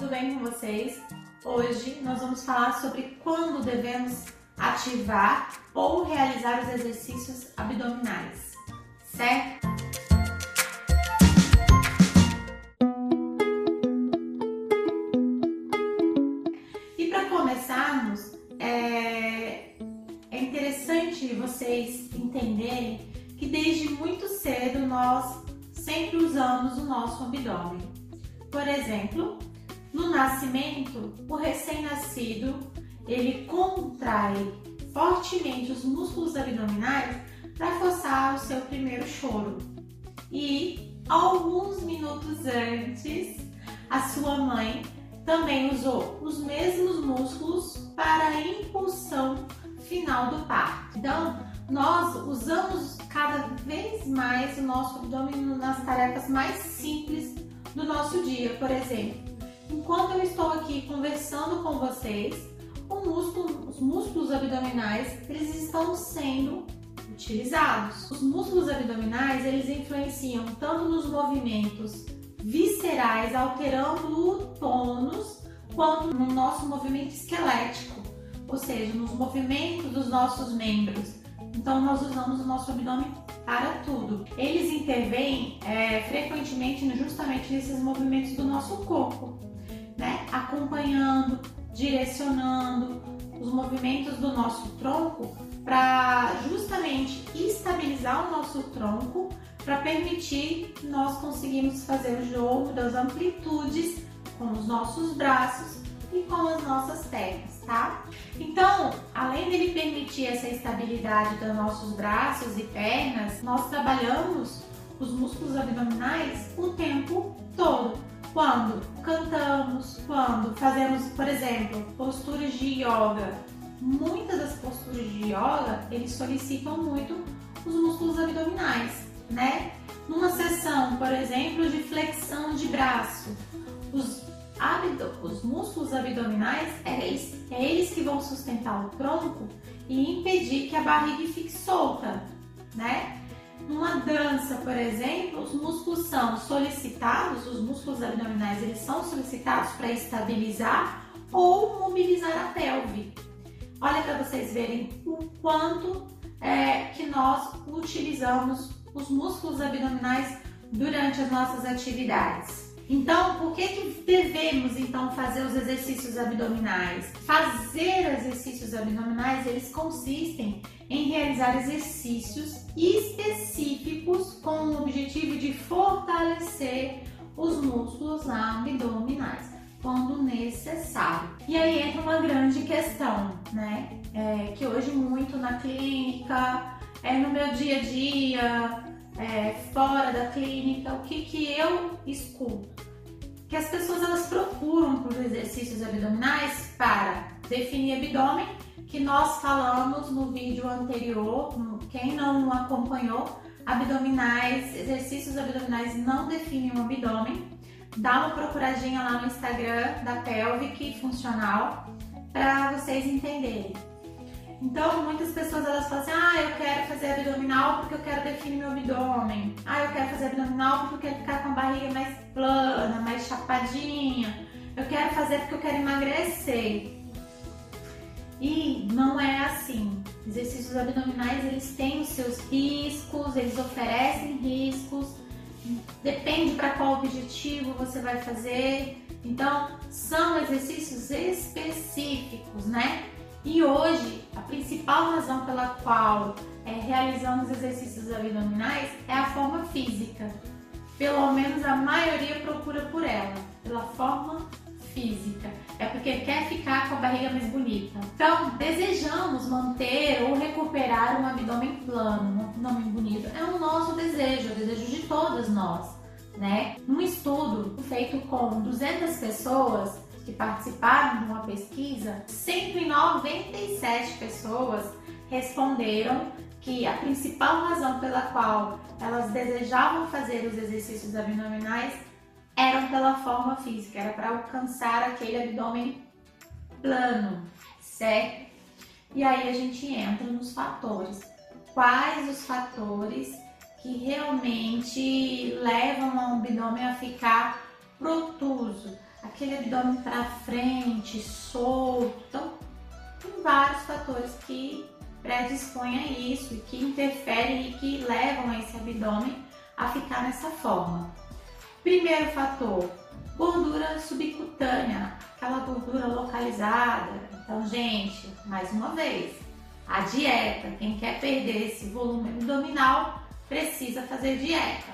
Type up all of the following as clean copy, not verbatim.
bem com vocês? Hoje nós vamos falar sobre quando devemos ativar ou realizar os exercícios abdominais, certo? E para começarmos, é interessante vocês entenderem que desde muito cedo nós sempre usamos o nosso abdômen. Por exemplo, no nascimento, o recém-nascido ele contrai fortemente os músculos abdominais para forçar o seu primeiro choro. E alguns minutos antes, a sua mãe também usou os mesmos músculos para a impulsão final do parto. Então, nós usamos cada vez mais o nosso abdômen nas tarefas mais simples do nosso dia. Por exemplo, enquanto eu estou aqui conversando com vocês, os músculos abdominais eles estão sendo utilizados. Os músculos abdominais eles influenciam tanto nos movimentos viscerais, alterando o tônus, quanto no nosso movimento esquelético, ou seja, nos movimentos dos nossos membros. Então, nós usamos o nosso abdômen para tudo. Eles intervêm frequentemente justamente nesses movimentos do nosso corpo, né? Acompanhando, direcionando os movimentos do nosso tronco para justamente estabilizar o nosso tronco para permitir que nós conseguimos fazer o jogo das amplitudes com os nossos braços e com as nossas pernas, tá? Então, além dele permitir essa estabilidade dos nossos braços e pernas, nós trabalhamos os músculos abdominais o tempo todo. Quando cantamos, quando fazemos, por exemplo, posturas de yoga, muitas das posturas de yoga, eles solicitam muito os músculos abdominais, né? Numa sessão, por exemplo, de flexão de braço, os músculos abdominais, é eles que vão sustentar o tronco e impedir que a barriga fique solta, né? Numa dança, por exemplo, os músculos são solicitados, os músculos abdominais eles são solicitados para estabilizar ou mobilizar a pelve. Olha para vocês verem o quanto que nós utilizamos os músculos abdominais durante as nossas atividades. Então, por que devemos então fazer os exercícios abdominais? Fazer exercícios abdominais, eles consistem em realizar exercícios específicos com o objetivo de fortalecer os músculos abdominais, quando necessário. E aí entra uma grande questão, né? Que hoje muito na clínica, no meu dia a dia, fora da clínica, o que eu escuto? Que as pessoas elas procuram por exercícios abdominais para definir abdômen, que nós falamos no vídeo anterior, quem não acompanhou, exercícios abdominais não definem o abdômen. Dá uma procuradinha lá no Instagram da Pelvic Funcional para vocês entenderem. Então, muitas pessoas elas falam assim, eu quero fazer abdominal porque eu quero definir meu abdômen. Eu quero fazer abdominal porque eu quero ficar com a barriga mais plana, mais chapadinha. Eu quero fazer porque eu quero emagrecer. E não é assim. Exercícios abdominais, eles têm os seus riscos, eles oferecem riscos. Depende para qual objetivo você vai fazer. Então, são exercícios específicos, né? E hoje, a principal razão pela qual realizamos exercícios abdominais é a forma física. Pelo menos a maioria procura por ela, pela forma física. É porque quer ficar com a barriga mais bonita. Então, desejamos manter ou recuperar um abdômen plano, um abdômen bonito. É o nosso desejo, o desejo de todas nós, né? Um estudo feito com 200 pessoas que participaram de uma pesquisa, 197 pessoas responderam que a principal razão pela qual elas desejavam fazer os exercícios abdominais era pela forma física, era para alcançar aquele abdômen plano, certo? E aí a gente entra nos fatores. Quais os fatores que realmente levam o abdômen a ficar protuso, aquele abdômen para frente, solto. Então, tem vários fatores que predispõem a isso e que interferem e que levam esse abdômen a ficar nessa forma. Primeiro fator, gordura subcutânea, aquela gordura localizada. Então, gente, mais uma vez, a dieta, quem quer perder esse volume abdominal precisa fazer dieta.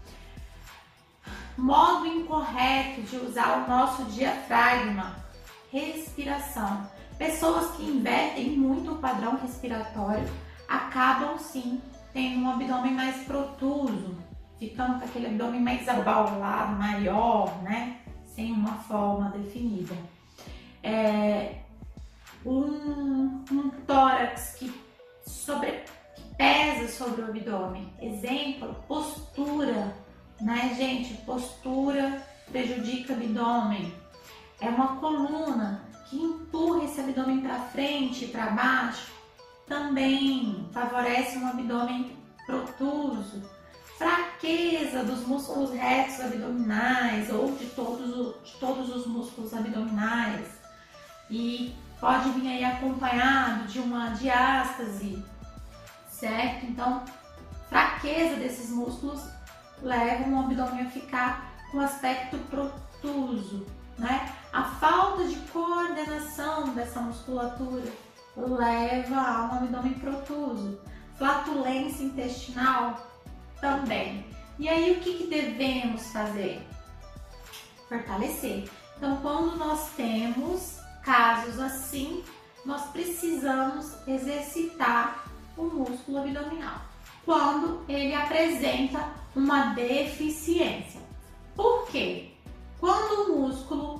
Modo incorreto de usar o nosso diafragma, respiração. Pessoas que invertem muito o padrão respiratório acabam sim tendo um abdômen mais protuso, ficando com aquele abdômen mais abaulado, maior, né? Sem uma forma definida. Um tórax que pesa sobre o abdômen. Exemplo, postura, né, gente? Postura prejudica o abdômen. É uma coluna que empurra esse abdômen para frente e para baixo, também favorece um abdômen protuso. Fraqueza dos músculos retos abdominais ou de todos os músculos abdominais, e pode vir aí acompanhado de uma diástase, certo? Então, fraqueza desses músculos leva o abdômen a ficar com aspecto protuso, né? A falta de coordenação dessa musculatura leva a um abdômen protuso. Flatulência intestinal também. E aí, o que devemos fazer? Fortalecer. Então, quando nós temos casos assim, nós precisamos exercitar o músculo abdominal. Quando ele apresenta uma deficiência. Por quê? Quando o músculo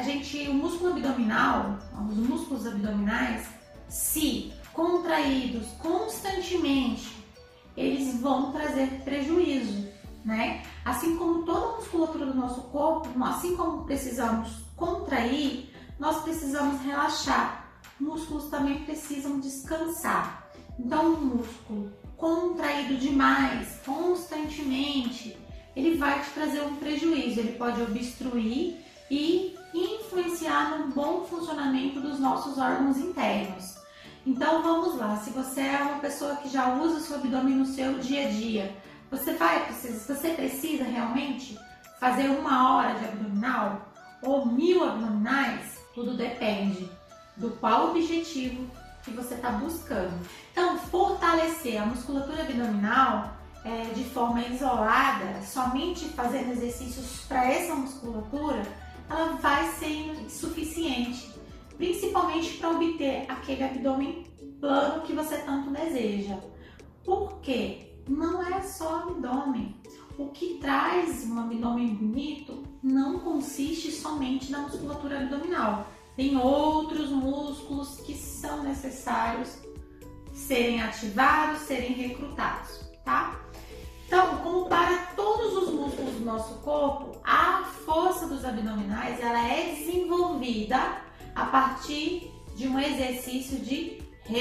abdominal, os músculos abdominais, se contraídos constantemente, eles vão trazer prejuízo, né? Assim como toda a musculatura do nosso corpo, assim como precisamos contrair, nós precisamos relaxar. Músculos também precisam descansar. Então, o músculo contraído demais, constantemente, ele vai te trazer um prejuízo. Ele pode obstruir e influenciar no bom funcionamento dos nossos órgãos internos. Então, vamos lá. Se você é uma pessoa que já usa o seu abdômen no seu dia a dia, você precisa realmente fazer 1 hora de abdominal ou 1000 abdominais? Tudo depende do qual objetivo que você está buscando. Então, fortalecer a musculatura abdominal de forma isolada, somente fazendo exercícios para essa musculatura, ela vai ser insuficiente, principalmente para obter aquele abdômen plano que você tanto deseja. Por quê? Não é só abdômen. O que traz um abdômen bonito não consiste somente na musculatura abdominal. Tem outros músculos que são necessários serem ativados, serem recrutados, tá? Então, como para todos os músculos do nosso corpo, a força dos abdominais ela é desenvolvida a partir de um exercício de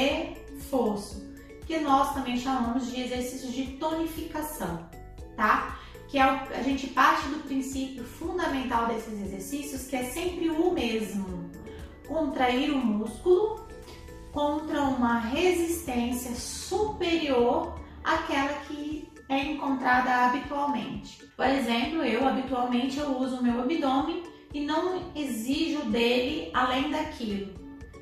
reforço, que nós também chamamos de exercício de tonificação, tá? Que a gente parte do princípio fundamental desses exercícios, que é sempre o mesmo: contrair o músculo contra uma resistência superior àquela que é encontrada habitualmente. Por exemplo, habitualmente eu uso o meu abdômen e não exijo dele além daquilo.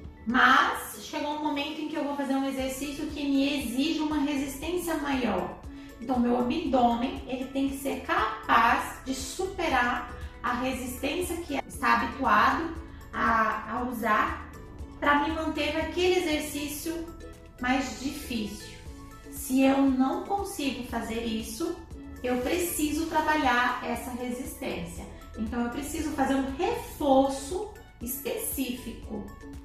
Mas chegou um momento em que eu vou fazer um exercício que me exige uma resistência maior. Então, meu abdômen ele tem que ser capaz de superar a resistência que está habituado a usar para me manter naquele exercício mais difícil. Se eu não consigo fazer isso, eu preciso trabalhar essa resistência. Então, eu preciso fazer um reforço específico.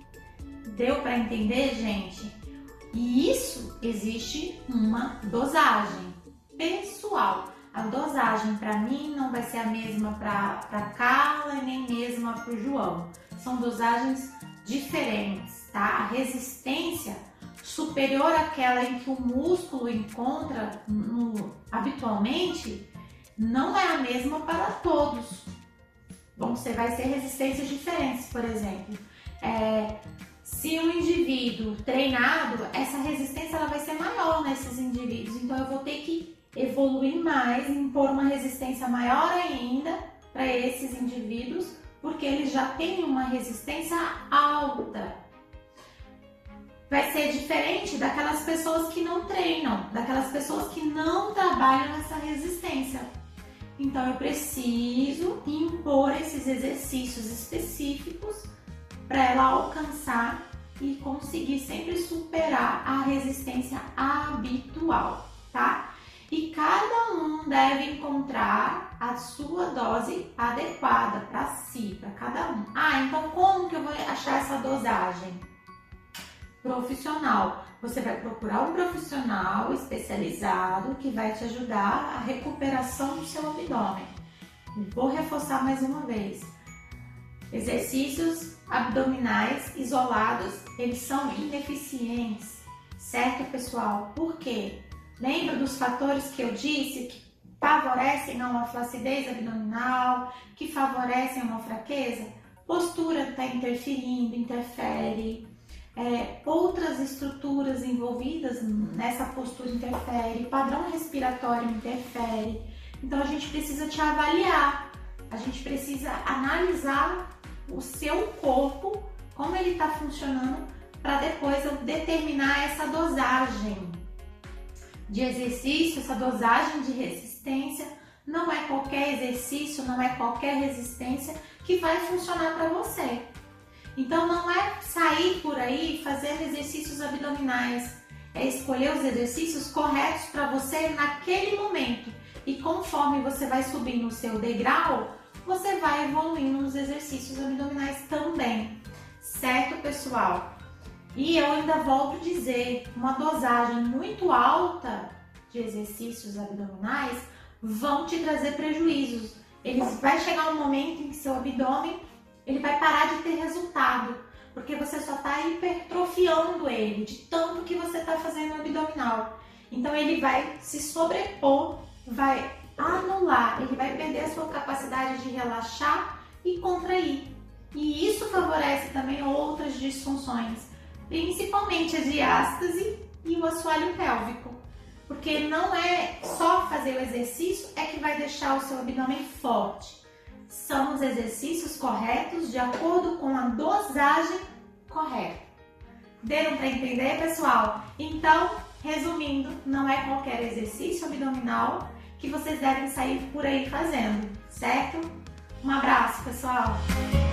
Deu para entender, gente? E isso existe uma dosagem pessoal. A dosagem para mim não vai ser a mesma para Carla e nem mesma para o João. São dosagens diferentes, tá? A resistência superior àquela em que o músculo encontra habitualmente não é a mesma para todos, vai ser resistências diferentes, por exemplo. Se um indivíduo treinado, essa resistência ela vai ser maior nesses indivíduos, então eu vou ter que evoluir mais, impor uma resistência maior ainda para esses indivíduos, porque eles já têm uma resistência alta. Vai ser diferente daquelas pessoas que não treinam, daquelas pessoas que não trabalham essa resistência. Então eu preciso impor esses exercícios específicos para ela alcançar e conseguir sempre superar a resistência habitual, tá? E cada um deve encontrar a sua dose adequada para si, para cada um. Então como que eu vou achar essa dosagem? Profissional. Você vai procurar um profissional especializado que vai te ajudar a recuperação do seu abdômen. Vou reforçar mais uma vez. Exercícios abdominais isolados, eles são ineficientes, certo, pessoal? Por quê? Lembra dos fatores que eu disse que favorecem a uma flacidez abdominal, que favorecem uma fraqueza? Postura está interfere. Outras estruturas envolvidas nessa postura interfere, padrão respiratório interfere. Então a gente precisa te avaliar, a gente precisa analisar o seu corpo, como ele está funcionando, para depois eu determinar essa dosagem de exercício, essa dosagem de resistência. Não é qualquer exercício, não é qualquer resistência que vai funcionar para você. Então não é sair por aí fazendo exercícios abdominais, é escolher os exercícios corretos para você naquele momento. E conforme você vai subindo o seu degrau, você vai evoluindo nos exercícios abdominais também, certo, pessoal? E eu ainda volto a dizer, uma dosagem muito alta de exercícios abdominais vão te trazer prejuízos. Vai chegar um momento em que seu abdômen ele vai parar de ter resultado, porque você só está hipertrofiando ele, de tanto que você está fazendo abdominal. Então ele vai se sobrepor, vai anular, ele vai perder a sua capacidade de relaxar e contrair. E isso favorece também outras disfunções, principalmente a diástase e o assoalho pélvico. Porque não é só fazer o exercício que vai deixar o seu abdômen forte. São os exercícios corretos de acordo com a dosagem correta. Deram para entender, pessoal? Então, resumindo, não é qualquer exercício abdominal que vocês devem sair por aí fazendo, certo? Um abraço, pessoal!